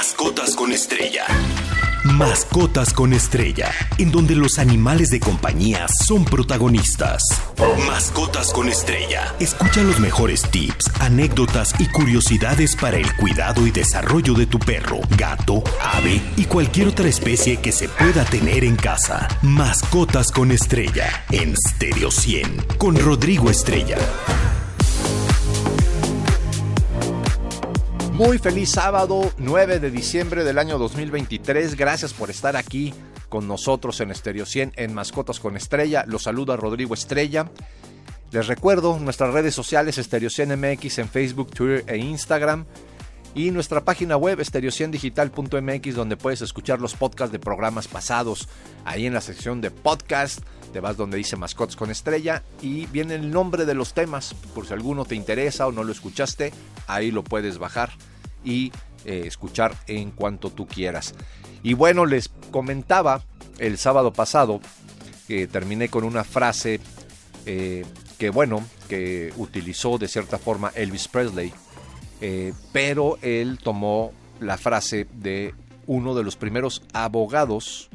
Mascotas con Estrella. Mascotas con Estrella, en donde los animales de compañía son protagonistas. Mascotas con Estrella. Escucha los mejores tips, anécdotas y curiosidades para el cuidado y desarrollo de tu perro, gato, ave y cualquier otra especie que se pueda tener en casa. Mascotas con Estrella, en Stereo 100, con Rodrigo Estrella. Muy feliz sábado, 9 de diciembre del año 2023. Gracias por estar aquí con nosotros en Stereo 100 en Mascotas con Estrella. Los saluda Rodrigo Estrella. Les recuerdo nuestras redes sociales Stereo 100 MX en Facebook, Twitter e Instagram. Y nuestra página web stereo100digital.mx, donde puedes escuchar los podcasts de programas pasados. Ahí en la sección de podcast te vas donde dice Mascotas con Estrella y viene el nombre de los temas. Por si alguno te interesa o no lo escuchaste, ahí lo puedes bajar y escuchar en cuanto tú quieras. Y bueno, les comentaba el sábado pasado que terminé con una frase que utilizó de cierta forma Elvis Presley. Pero él tomó la frase de uno de los primeros abogados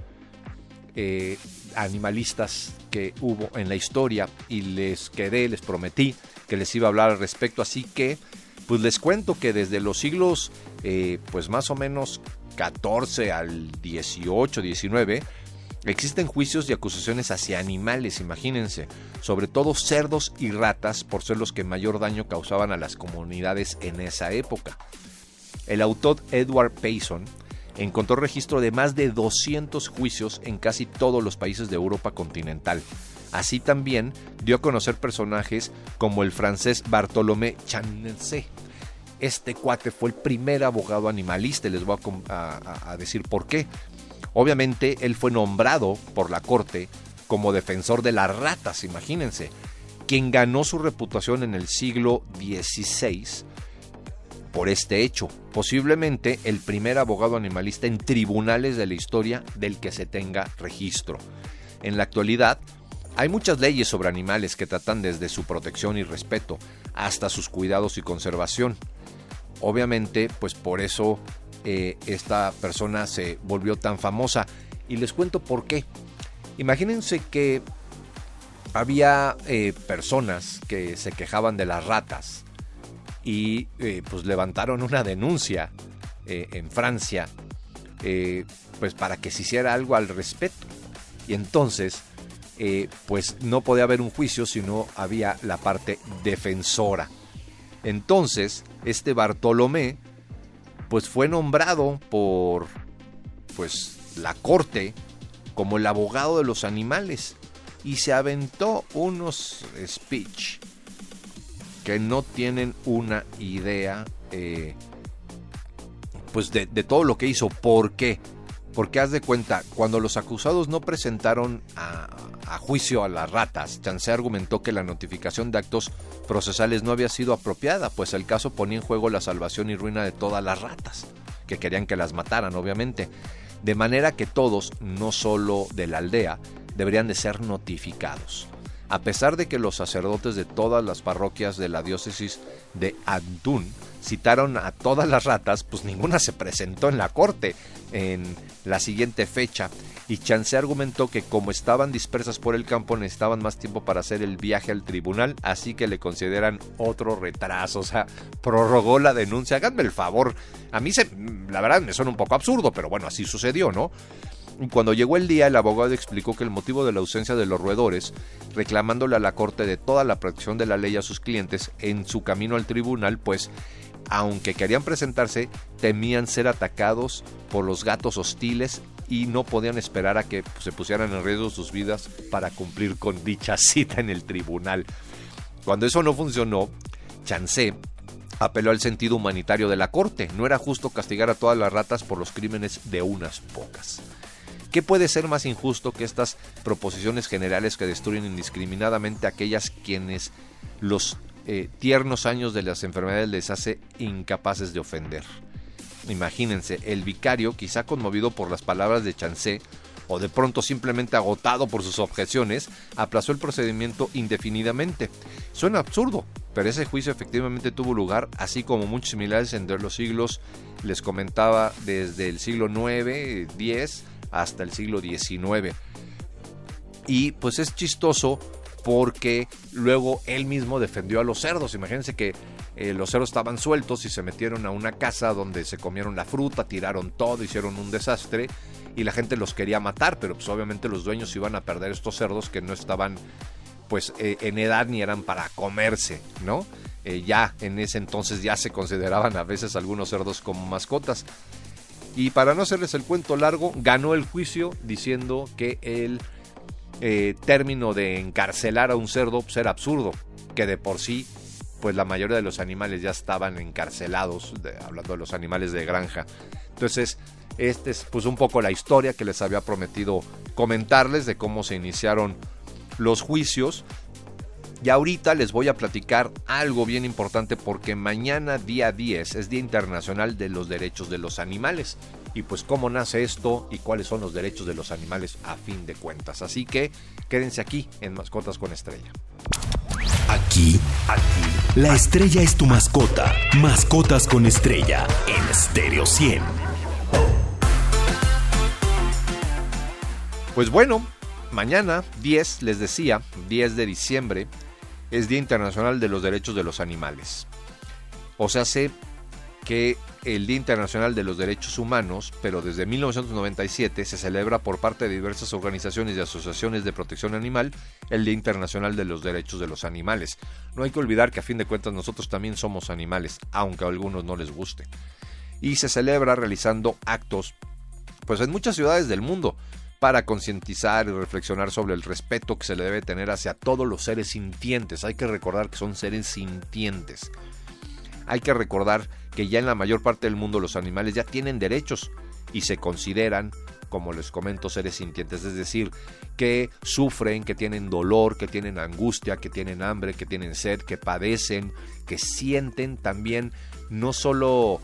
animalistas que hubo en la historia y les prometí que les iba a hablar al respecto, así que pues les cuento que desde los siglos pues más o menos 14 al 18, 19 existen juicios y acusaciones hacia animales, imagínense, sobre todo cerdos y ratas, por ser los que mayor daño causaban a las comunidades en esa época. El autor Edward Payson encontró registro de más de 200 juicios en casi todos los países de Europa continental. Así también dio a conocer personajes como el francés Bartolomé Chancé. Este cuate fue el primer abogado animalista y les voy a decir por qué. Obviamente él fue nombrado por la corte como defensor de las ratas, imagínense, quien ganó su reputación en el siglo XVI por este hecho, posiblemente el primer abogado animalista en tribunales de la historia del que se tenga registro. En la actualidad hay muchas leyes sobre animales que tratan desde su protección y respeto hasta sus cuidados y conservación. Obviamente, pues por eso esta persona se volvió tan famosa y les cuento por qué. Imagínense que había personas que se quejaban de las ratas y pues levantaron una denuncia en Francia pues para que se hiciera algo al respecto, y entonces pues no podía haber un juicio si no había la parte defensora. Entonces este Bartolomé pues fue nombrado por pues la corte como el abogado de los animales y se aventó unos speech que no tienen una idea pues de todo lo que hizo. ¿Por qué? Porque haz de cuenta, cuando los acusados no presentaron a juicio a las ratas, Chancé argumentó que la notificación de actos procesales no había sido apropiada, pues el caso ponía en juego la salvación y ruina de todas las ratas, que querían que las mataran, obviamente. De manera que todos, no solo de la aldea, deberían de ser notificados. A pesar de que los sacerdotes de todas las parroquias de la diócesis de Antún citaron a todas las ratas, pues ninguna se presentó en la corte en la siguiente fecha, y Chancé argumentó que como estaban dispersas por el campo necesitaban más tiempo para hacer el viaje al tribunal, así que le consideran otro retraso. O sea, prorrogó la denuncia. Háganme el favor, a mí la verdad me suena un poco absurdo, pero bueno, así sucedió, ¿no? Cuando llegó el día, el abogado explicó que el motivo de la ausencia de los roedores, reclamándole a la corte de toda la protección de la ley a sus clientes en su camino al tribunal, pues aunque querían presentarse, temían ser atacados por los gatos hostiles y no podían esperar a que se pusieran en riesgo sus vidas para cumplir con dicha cita en el tribunal. Cuando eso no funcionó, Chancé apeló al sentido humanitario de la corte. No era justo castigar a todas las ratas por los crímenes de unas pocas. ¿Qué puede ser más injusto que estas proposiciones generales que destruyen indiscriminadamente a aquellas quienes los tiernos años de las enfermedades les hace incapaces de ofender? Imagínense, el vicario, quizá conmovido por las palabras de Chancé, o de pronto simplemente agotado por sus objeciones, aplazó el procedimiento indefinidamente. Suena absurdo, pero ese juicio efectivamente tuvo lugar, así como muchos similares entre los siglos, les comentaba, desde el siglo IX, X hasta el siglo XIX. Y pues es chistoso porque luego él mismo defendió a los cerdos. Imagínense que los cerdos estaban sueltos y se metieron a una casa donde se comieron la fruta, tiraron todo, hicieron un desastre y la gente los quería matar, pero pues obviamente los dueños iban a perder estos cerdos que no estaban pues en edad ni eran para comerse, ¿no? Ya en ese entonces ya se consideraban a veces algunos cerdos como mascotas. Y para no hacerles el cuento largo, ganó el juicio diciendo que el término de encarcelar a un cerdo pues era absurdo, que de por sí pues la mayoría de los animales ya estaban encarcelados, hablando de los animales de granja. Entonces este es pues un poco la historia que les había prometido comentarles de cómo se iniciaron los juicios. Y ahorita les voy a platicar algo bien importante, porque mañana, día 10, es Día Internacional de los Derechos de los Animales. Y pues cómo nace esto y cuáles son los derechos de los animales a fin de cuentas. Así que quédense aquí en Mascotas con Estrella. Aquí, la estrella es tu mascota. Mascotas con Estrella en Stereo 100. Pues bueno, mañana 10, les decía, 10 de diciembre, es Día Internacional de los Derechos de los Animales. O sea, sé que el Día Internacional de los Derechos Humanos, pero desde 1997 se celebra por parte de diversas organizaciones y asociaciones de protección animal el Día Internacional de los Derechos de los Animales. No hay que olvidar que a fin de cuentas nosotros también somos animales, aunque a algunos no les guste. Y se celebra realizando actos pues en muchas ciudades del mundo, para concientizar y reflexionar sobre el respeto que se le debe tener hacia todos los seres sintientes. Hay que recordar que son seres sintientes. Hay que recordar que ya en la mayor parte del mundo los animales ya tienen derechos y se consideran, como les comento, seres sintientes. Es decir, que sufren, que tienen dolor, que tienen angustia, que tienen hambre, que tienen sed, que padecen, que sienten también, no solo...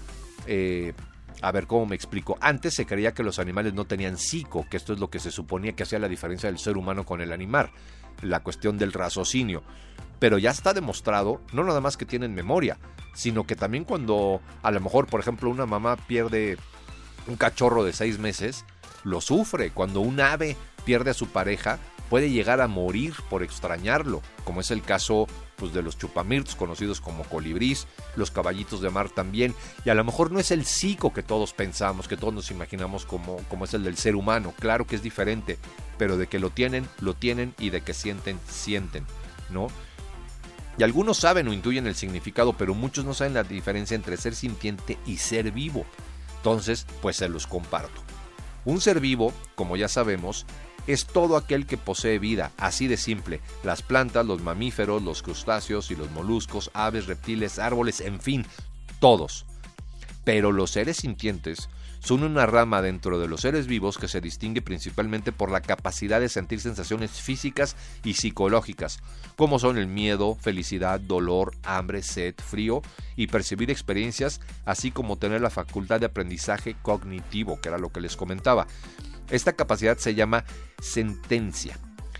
A ver, ¿cómo me explico? Antes se creía que los animales no tenían psico, que esto es lo que se suponía que hacía la diferencia del ser humano con el animal, la cuestión del raciocinio. Pero ya está demostrado, no nada más que tienen memoria, sino que también cuando a lo mejor, por ejemplo, una mamá pierde un cachorro de 6 meses, lo sufre. Cuando un ave pierde a su pareja, puede llegar a morir por extrañarlo, como es el caso pues, de los chupamirtos, conocidos como colibrís, los caballitos de mar también, y a lo mejor no es el psico que todos pensamos, que todos nos imaginamos como es el del ser humano. Claro que es diferente, pero de que lo tienen, y de que sienten, ¿no? Y algunos saben o intuyen el significado, pero muchos no saben la diferencia entre ser sintiente y ser vivo. Entonces, pues se los comparto. Un ser vivo, como ya sabemos, es todo aquel que posee vida, así de simple. Las plantas, los mamíferos, los crustáceos y los moluscos, aves, reptiles, árboles, en fin, todos. Pero los seres sintientes son una rama dentro de los seres vivos que se distingue principalmente por la capacidad de sentir sensaciones físicas y psicológicas, como son el miedo, felicidad, dolor, hambre, sed, frío, y percibir experiencias, así como tener la facultad de aprendizaje cognitivo, que era lo que les comentaba. Esta capacidad se llama sentencia.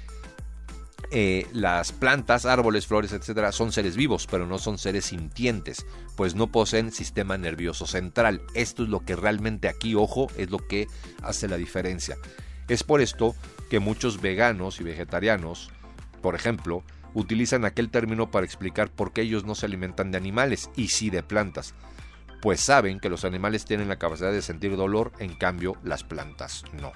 Las plantas, árboles, flores, etcétera, son seres vivos, pero no son seres sintientes, pues no poseen sistema nervioso central. Esto es lo que realmente aquí, ojo, es lo que hace la diferencia. Es por esto que muchos veganos y vegetarianos, por ejemplo, utilizan aquel término para explicar por qué ellos no se alimentan de animales y sí de plantas, pues saben que los animales tienen la capacidad de sentir dolor, en cambio las plantas no.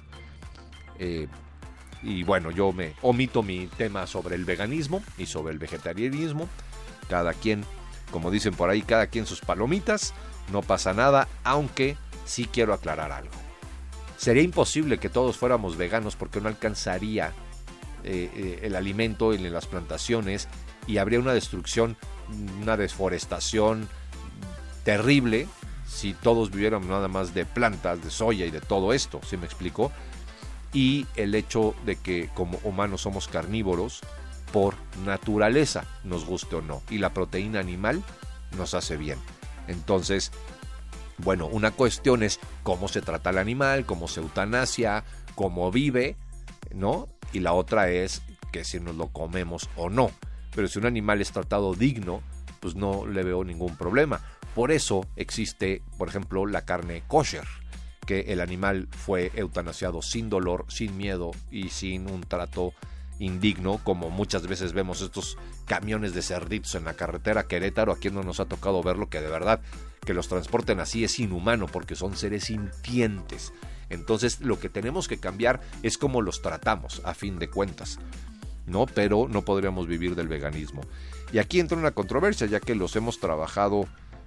Y bueno, yo me omito mi tema sobre el veganismo y sobre el vegetarianismo. Cada quien, como dicen por ahí, cada quien sus palomitas, no pasa nada, aunque sí quiero aclarar algo. Sería imposible que todos fuéramos veganos porque no alcanzaría el alimento en las plantaciones y habría una destrucción, una desforestación terrible si todos viviéramos nada más de plantas, de soya y de todo esto, ¿sí me explico? Y el hecho de que como humanos somos carnívoros por naturaleza, nos guste o no, y la proteína animal nos hace bien. Entonces, bueno, una cuestión es cómo se trata al animal, cómo se eutanasia, cómo vive, ¿no? Y la otra es que si nos lo comemos o no. Pero si un animal es tratado digno, pues no le veo ningún problema. Por eso existe, por ejemplo, la carne kosher, que el animal fue eutanasiado sin dolor, sin miedo y sin un trato indigno, como muchas veces vemos estos camiones de cerditos en la carretera Querétaro. Aquí no nos ha tocado verlo, que de verdad que los transporten así es inhumano, porque son seres sintientes. Entonces lo que tenemos que cambiar es cómo los tratamos, a fin de cuentas, ¿no? Pero no podríamos vivir del veganismo. Y aquí entra una controversia, ya que lo que hemos trabajado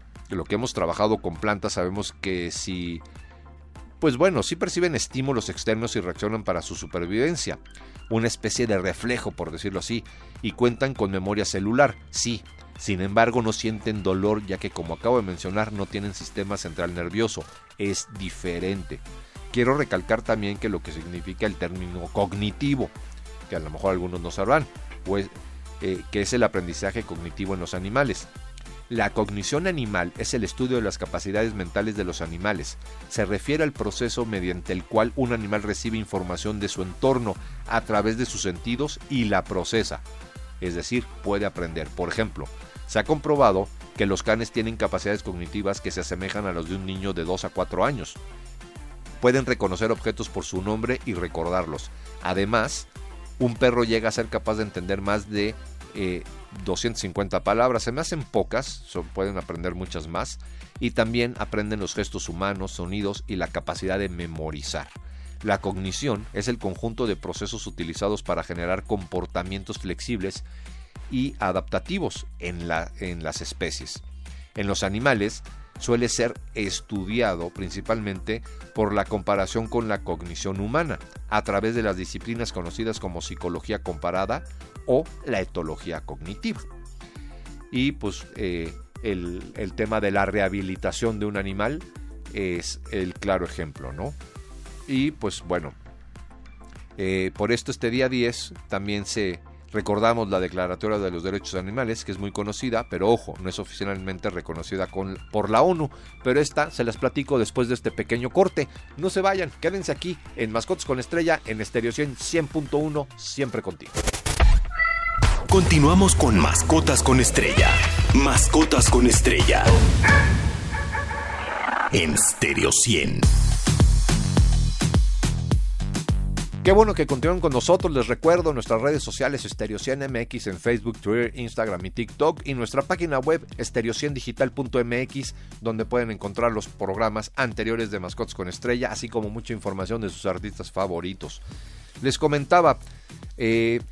con plantas, sabemos que si, pues bueno, sí perciben estímulos externos y reaccionan para su supervivencia, una especie de reflejo, por decirlo así, y cuentan con memoria celular, sí. Sin embargo, no sienten dolor, ya que, como acabo de mencionar, no tienen sistema central nervioso. Es diferente. Quiero recalcar también que lo que significa el término cognitivo, que a lo mejor algunos no sabrán, pues, que es el aprendizaje cognitivo en los animales. La cognición animal es el estudio de las capacidades mentales de los animales. Se refiere al proceso mediante el cual un animal recibe información de su entorno a través de sus sentidos y la procesa. Es decir, puede aprender. Por ejemplo, se ha comprobado que los canes tienen capacidades cognitivas que se asemejan a los de un niño de 2 a 4 años. Pueden reconocer objetos por su nombre y recordarlos. Además, un perro llega a ser capaz de entender más de 250 palabras. Se me hacen pocas, pueden aprender muchas más. Y también aprenden los gestos humanos, sonidos y la capacidad de memorizar. La cognición es el conjunto de procesos utilizados para generar comportamientos flexibles y adaptativos en las especies. En los animales suele ser estudiado principalmente por la comparación con la cognición humana, a través de las disciplinas conocidas como psicología comparada o la etología cognitiva. Y pues el tema de la rehabilitación de un animal es el claro ejemplo, ¿no? Y pues bueno, por esto este día 10 también recordamos la Declaratoria de los Derechos Animales, que es muy conocida, pero ojo, no es oficialmente reconocida por la ONU. Pero esta se las platico después de este pequeño corte. No se vayan, quédense aquí en Mascotas con Estrella, en Estéreo 100.1, siempre contigo. Continuamos con Mascotas con Estrella. Mascotas con Estrella. En Estéreo 100. Qué bueno que continúan con nosotros. Les recuerdo nuestras redes sociales Estéreo 100 MX en Facebook, Twitter, Instagram y TikTok, y nuestra página web estereo100digital.mx, donde pueden encontrar los programas anteriores de Mascotas con Estrella, así como mucha información de sus artistas favoritos. Les comentaba el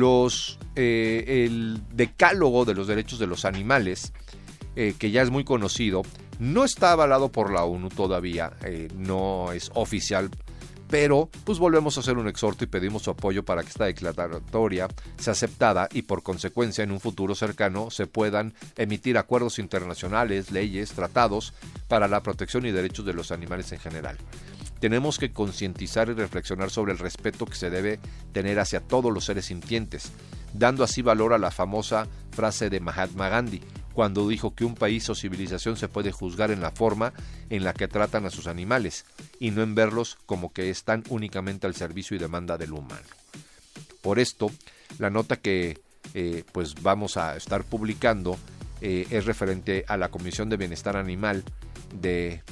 decálogo de los derechos de los animales, que ya es muy conocido. No está avalado por la ONU todavía, no es oficial, pero pues volvemos a hacer un exhorto y pedimos su apoyo para que esta declaratoria sea aceptada y por consecuencia en un futuro cercano se puedan emitir acuerdos internacionales, leyes, tratados para la protección y derechos de los animales en general. Tenemos que concientizar y reflexionar sobre el respeto que se debe tener hacia todos los seres sintientes, dando así valor a la famosa frase de Mahatma Gandhi, cuando dijo que un país o civilización se puede juzgar en la forma en la que tratan a sus animales y no en verlos como que están únicamente al servicio y demanda del humano. Por esto, la nota que pues vamos a estar publicando es referente a la Comisión de Bienestar Animal de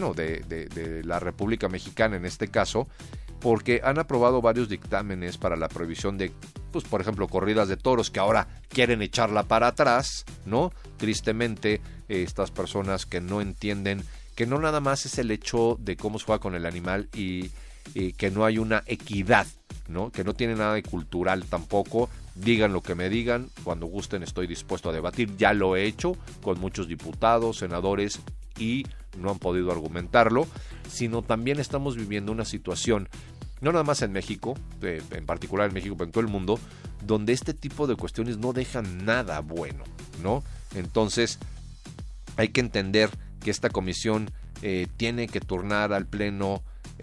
la República Mexicana en este caso, porque han aprobado varios dictámenes para la prohibición de, pues por ejemplo, corridas de toros, que ahora quieren echarla para atrás, ¿no? Tristemente, estas personas que no entienden que no nada más es el hecho de cómo se juega con el animal y que no hay una equidad, ¿no? Que no tiene nada de cultural tampoco. Digan lo que me digan, cuando gusten estoy dispuesto a debatir. Ya lo he hecho con muchos diputados, senadores, y no han podido argumentarlo, sino también estamos viviendo una situación, no nada más en México, en particular en México, pero en todo el mundo, donde este tipo de cuestiones no dejan nada bueno, ¿no? Entonces, hay que entender que esta comisión tiene que turnar al pleno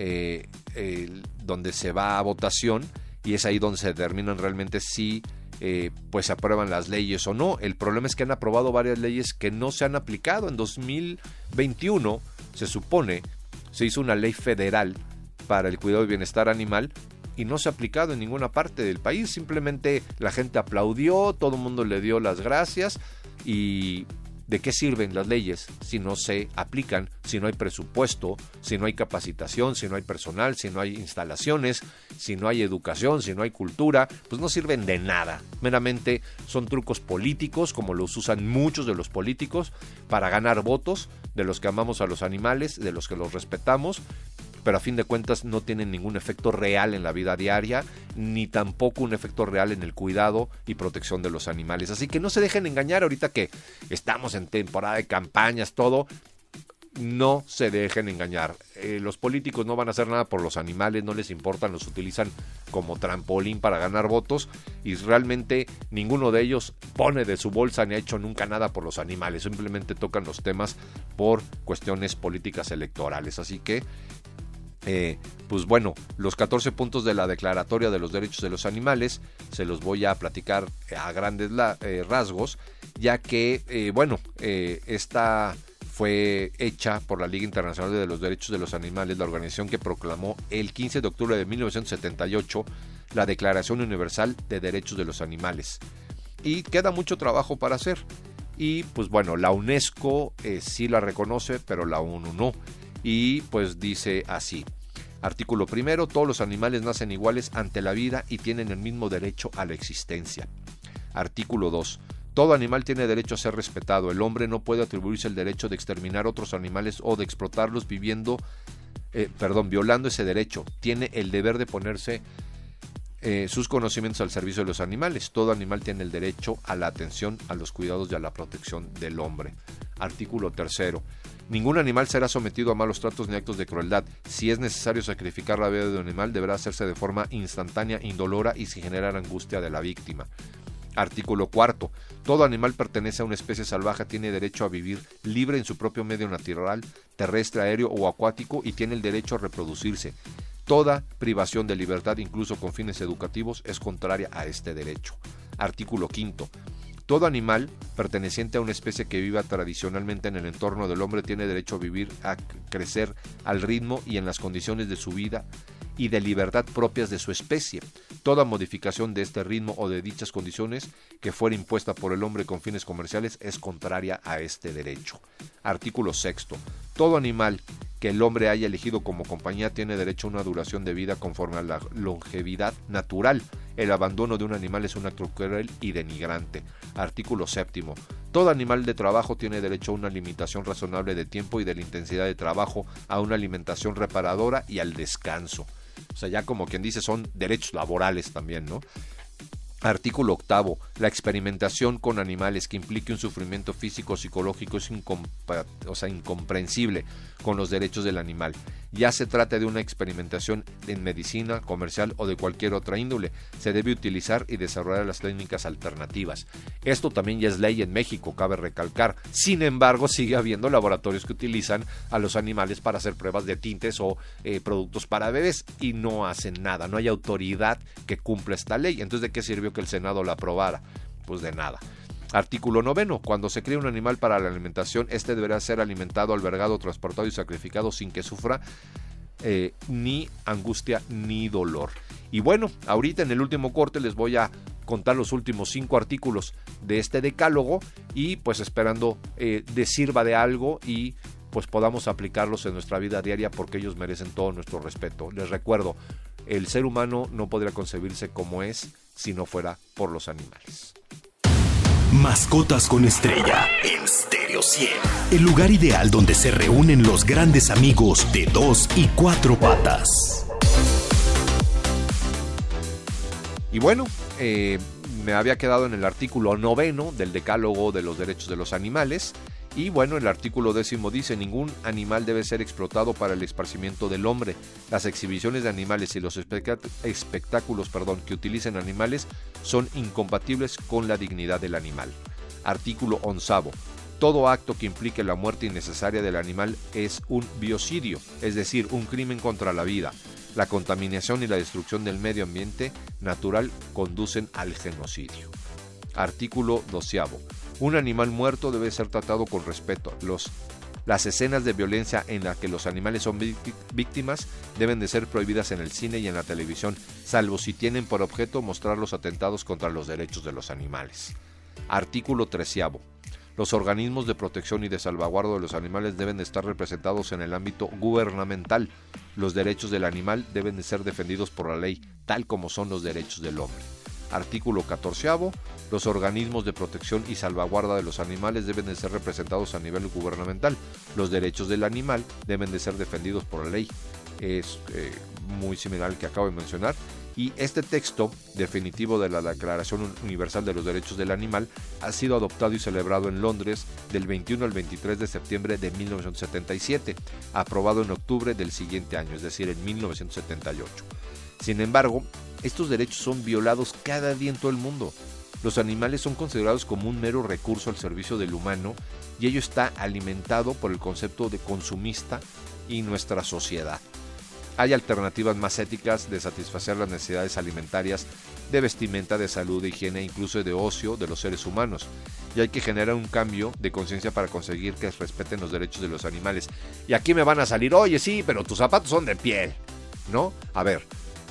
donde se va a votación, y es ahí donde se determinan realmente si pues se aprueban las leyes o no. El problema es que han aprobado varias leyes que no se han aplicado. En 2021 se supone se hizo una ley federal para el cuidado y bienestar animal y no se ha aplicado en ninguna parte del país. Simplemente la gente aplaudió, todo el mundo le dio las gracias, Y ¿de qué sirven las leyes si no se aplican, si no hay presupuesto, si no hay capacitación, si no hay personal, si no hay instalaciones, si no hay educación, si no hay cultura? Pues no sirven de nada. Meramente son trucos políticos, como los usan muchos de los políticos, para ganar votos de los que amamos a los animales, de los que los respetamos, pero a fin de cuentas no tienen ningún efecto real en la vida diaria, ni tampoco un efecto real en el cuidado y protección de los animales. Así que no se dejen engañar ahorita que estamos en temporada de campañas, todo. No se dejen engañar. Los políticos no van a hacer nada por los animales, no les importan, los utilizan como trampolín para ganar votos y realmente ninguno de ellos pone de su bolsa ni ha hecho nunca nada por los animales. Simplemente tocan los temas por cuestiones políticas electorales. Así que pues bueno, los 14 puntos de la Declaratoria de los Derechos de los Animales se los voy a platicar a grandes rasgos, ya que, esta fue hecha por la Liga Internacional de los Derechos de los Animales, la organización que proclamó el 15 de octubre de 1978 la Declaración Universal de Derechos de los Animales. Y queda mucho trabajo para hacer. Y pues bueno, la UNESCO sí la reconoce, pero la ONU no. Y pues dice así: artículo primero, todos los animales nacen iguales ante la vida y tienen el mismo derecho a la existencia. Artículo 2, todo animal tiene derecho a ser respetado. El hombre no puede atribuirse el derecho de exterminar otros animales o de explotarlos violando ese derecho. Tiene el deber de ponerse sus conocimientos al servicio de los animales. Todo animal tiene el derecho a la atención, a los cuidados y a la protección del hombre. Artículo 3. Ningún animal será sometido a malos tratos ni actos de crueldad. Si es necesario sacrificar la vida de un animal, deberá hacerse de forma instantánea, indolora y sin generar angustia de la víctima. Artículo 4. Todo animal pertenece a una especie salvaje, tiene derecho a vivir libre en su propio medio natural, terrestre, aéreo o acuático, y tiene el derecho a reproducirse. Toda privación de libertad, incluso con fines educativos, es contraria a este derecho. Artículo 5. Todo animal perteneciente a una especie que viva tradicionalmente en el entorno del hombre tiene derecho a vivir, a crecer al ritmo y en las condiciones de su vida y de libertad propias de su especie. Toda modificación de este ritmo o de dichas condiciones que fuera impuesta por el hombre con fines comerciales es contraria a este derecho. Artículo 6. Todo animal que el hombre haya elegido como compañía tiene derecho a una duración de vida conforme a la longevidad natural. El abandono de un animal es un acto cruel y denigrante. Artículo 7. Todo animal de trabajo tiene derecho a una limitación razonable de tiempo y de la intensidad de trabajo, a una alimentación reparadora y al descanso. O sea, ya como quien dice, son derechos laborales también, ¿no? Artículo 8. La experimentación con animales que implique un sufrimiento físico o psicológico es incomprensible con los derechos del animal. Ya se trata de una experimentación en medicina, comercial o de cualquier otra índole. Se debe utilizar y desarrollar las técnicas alternativas. Esto también ya es ley en México, cabe recalcar. Sin embargo, sigue habiendo laboratorios que utilizan a los animales para hacer pruebas de tintes o productos para bebés y no hacen nada. No hay autoridad que cumpla esta ley. Entonces, ¿de qué sirvió que el Senado la aprobara? Pues de nada. Artículo 9. Cuando se cría un animal para la alimentación, este deberá ser alimentado, albergado, transportado y sacrificado sin que sufra ni angustia ni dolor. Y bueno, ahorita en el último corte les voy a contar los últimos 5 artículos de este decálogo y pues esperando les sirva de algo y pues podamos aplicarlos en nuestra vida diaria, porque ellos merecen todo nuestro respeto. Les recuerdo, el ser humano no podría concebirse como es si no fuera por los animales. Mascotas con Estrella en Stereo 100. El lugar ideal donde se reúnen los grandes amigos de 2 y 4 patas. Y bueno, me había quedado en el artículo 9 del Decálogo de los Derechos de los Animales. Y bueno, el artículo 10 dice: ningún animal debe ser explotado para el esparcimiento del hombre. Las exhibiciones de animales y los espectáculos que utilicen animales son incompatibles con la dignidad del animal. Artículo 11. Todo acto que implique la muerte innecesaria del animal es un biocidio, es decir, un crimen contra la vida. La contaminación y la destrucción del medio ambiente natural conducen al genocidio. Artículo 12. Un animal muerto debe ser tratado con respeto. Las escenas de violencia en las que los animales son víctimas deben de ser prohibidas en el cine y en la televisión, salvo si tienen por objeto mostrar los atentados contra los derechos de los animales. Artículo 13º. Los organismos de protección y de salvaguarda de los animales deben de estar representados en el ámbito gubernamental. Los derechos del animal deben de ser defendidos por la ley, tal como son los derechos del hombre. Artículo 14º. Los organismos de protección y salvaguarda de los animales deben de ser representados a nivel gubernamental. Los derechos del animal deben de ser defendidos por la ley. Es muy similar al que acabo de mencionar. Y este texto definitivo de la Declaración Universal de los Derechos del Animal ha sido adoptado y celebrado en Londres del 21 al 23 de septiembre de 1977, aprobado en octubre del siguiente año, es decir, en 1978. Sin embargo, estos derechos son violados cada día en todo el mundo. Los animales son considerados como un mero recurso al servicio del humano y ello está alimentado por el concepto de consumista y nuestra sociedad. Hay alternativas más éticas de satisfacer las necesidades alimentarias, de vestimenta, de salud, de higiene e incluso de ocio de los seres humanos. Y hay que generar un cambio de conciencia para conseguir que respeten los derechos de los animales. Y aquí me van a salir, oye, sí, pero tus zapatos son de piel, ¿no? A ver,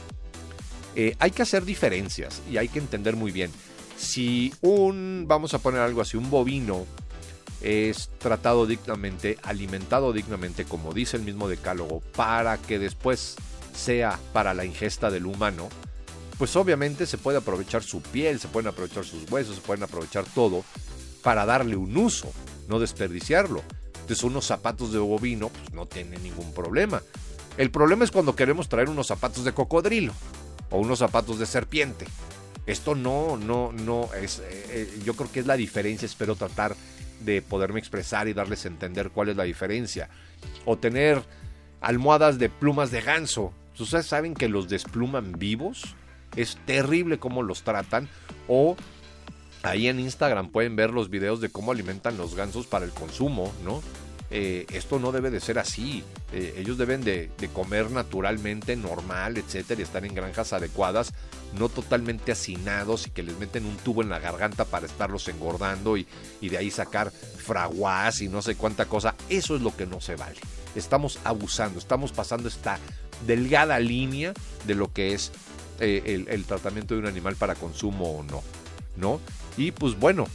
hay que hacer diferencias y hay que entender muy bien. Si vamos a poner algo así, un bovino es tratado dignamente, alimentado dignamente, como dice el mismo decálogo, para que después sea para la ingesta del humano, pues obviamente se puede aprovechar su piel, se pueden aprovechar sus huesos, se pueden aprovechar todo para darle un uso, no desperdiciarlo. Entonces unos zapatos de bovino pues no tienen ningún problema. El problema es cuando queremos traer unos zapatos de cocodrilo o unos zapatos de serpiente. Esto no es, yo creo que es la diferencia, espero tratar de poderme expresar y darles a entender cuál es la diferencia. O tener almohadas de plumas de ganso. Ustedes saben que los despluman vivos. Es terrible cómo los tratan. O ahí en Instagram pueden ver los videos de cómo alimentan los gansos para el consumo, ¿no? Esto no debe de ser así. Ellos deben de comer naturalmente, normal, etcétera, y estar en granjas adecuadas, no totalmente hacinados y que les meten un tubo en la garganta para estarlos engordando y de ahí sacar fraguás y no sé cuánta cosa. Eso es lo que no se vale. Estamos abusando, estamos pasando esta delgada línea de lo que es el tratamiento de un animal para consumo o no, ¿no? Y pues bueno,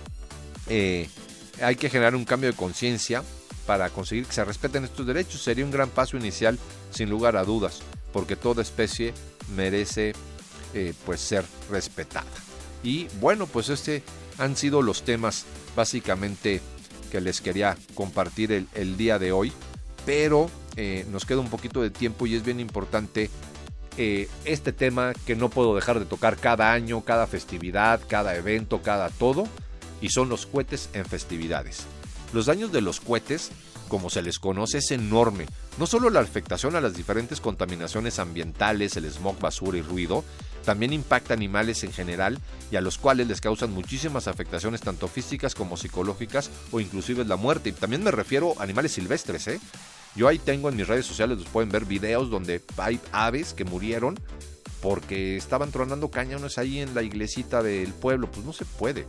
hay que generar un cambio de conciencia para conseguir que se respeten estos derechos. Sería un gran paso inicial, sin lugar a dudas, porque toda especie merece pues ser respetada. Y bueno, pues han sido los temas básicamente que les quería compartir el día de hoy, pero nos queda un poquito de tiempo y es bien importante este tema que no puedo dejar de tocar cada año, cada festividad, cada evento, cada todo, y son los cohetes en festividades. Los daños de los cohetes, como se les conoce, es enorme. No solo la afectación a las diferentes contaminaciones ambientales, el smog, basura y ruido, también impacta a animales en general y a los cuales les causan muchísimas afectaciones tanto físicas como psicológicas o inclusive la muerte. Y también me refiero a animales silvestres, ¿eh? Yo ahí tengo en mis redes sociales, los pueden ver, videos donde hay aves que murieron porque estaban tronando cáñanos ahí en la iglesita del pueblo. Pues no se puede.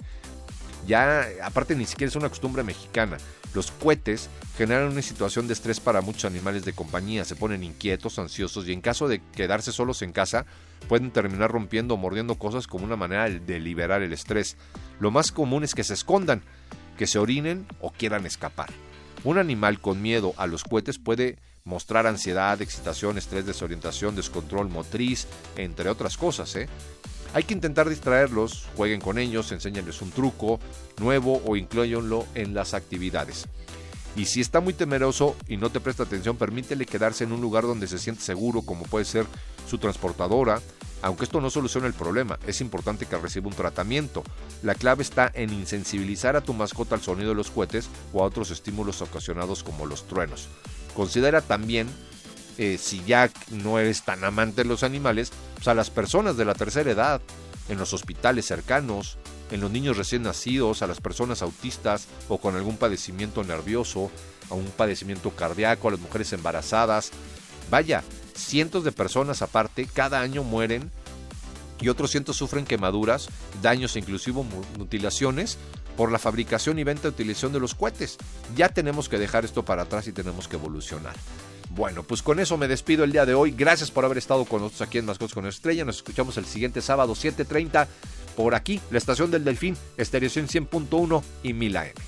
Ya, aparte ni siquiera es una costumbre mexicana. Los cohetes generan una situación de estrés para muchos animales de compañía. Se ponen inquietos, ansiosos y en caso de quedarse solos en casa, pueden terminar rompiendo o mordiendo cosas como una manera de liberar el estrés. Lo más común es que se escondan, que se orinen o quieran escapar. Un animal con miedo a los cohetes puede mostrar ansiedad, excitación, estrés, desorientación, descontrol motriz, entre otras cosas, Hay que intentar distraerlos, jueguen con ellos, enséñenles un truco nuevo o inclúyanlo en las actividades. Y si está muy temeroso y no te presta atención, permítele quedarse en un lugar donde se siente seguro, como puede ser su transportadora. Aunque esto no soluciona el problema, es importante que reciba un tratamiento. La clave está en insensibilizar a tu mascota al sonido de los cohetes o a otros estímulos ocasionados como los truenos. Considera también, si ya no eres tan amante de los animales, pues a las personas de la tercera edad, en los hospitales cercanos, en los niños recién nacidos, a las personas autistas o con algún padecimiento nervioso, a un padecimiento cardíaco, a las mujeres embarazadas. Vaya, cientos de personas aparte cada año mueren y otros cientos sufren quemaduras, daños e inclusive mutilaciones por la fabricación y venta y utilización de los cohetes. Ya tenemos que dejar esto para atrás y tenemos que evolucionar. Bueno, pues con eso me despido el día de hoy. Gracias por haber estado con nosotros aquí en Mascotas con Estrella. Nos escuchamos el siguiente sábado 7:30 por aquí, la estación del Delfín, Estéreo 100.1 y 1000 AM.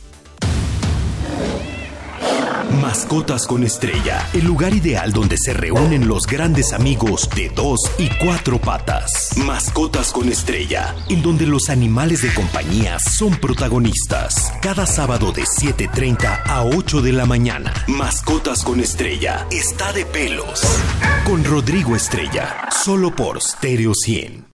Mascotas con Estrella, el lugar ideal donde se reúnen los grandes amigos de 2 y 4 patas. Mascotas con Estrella, en donde los animales de compañía son protagonistas. Cada sábado de 7:30 a 8 de la mañana. Mascotas con Estrella está de pelos. Con Rodrigo Estrella, solo por Stereo 100.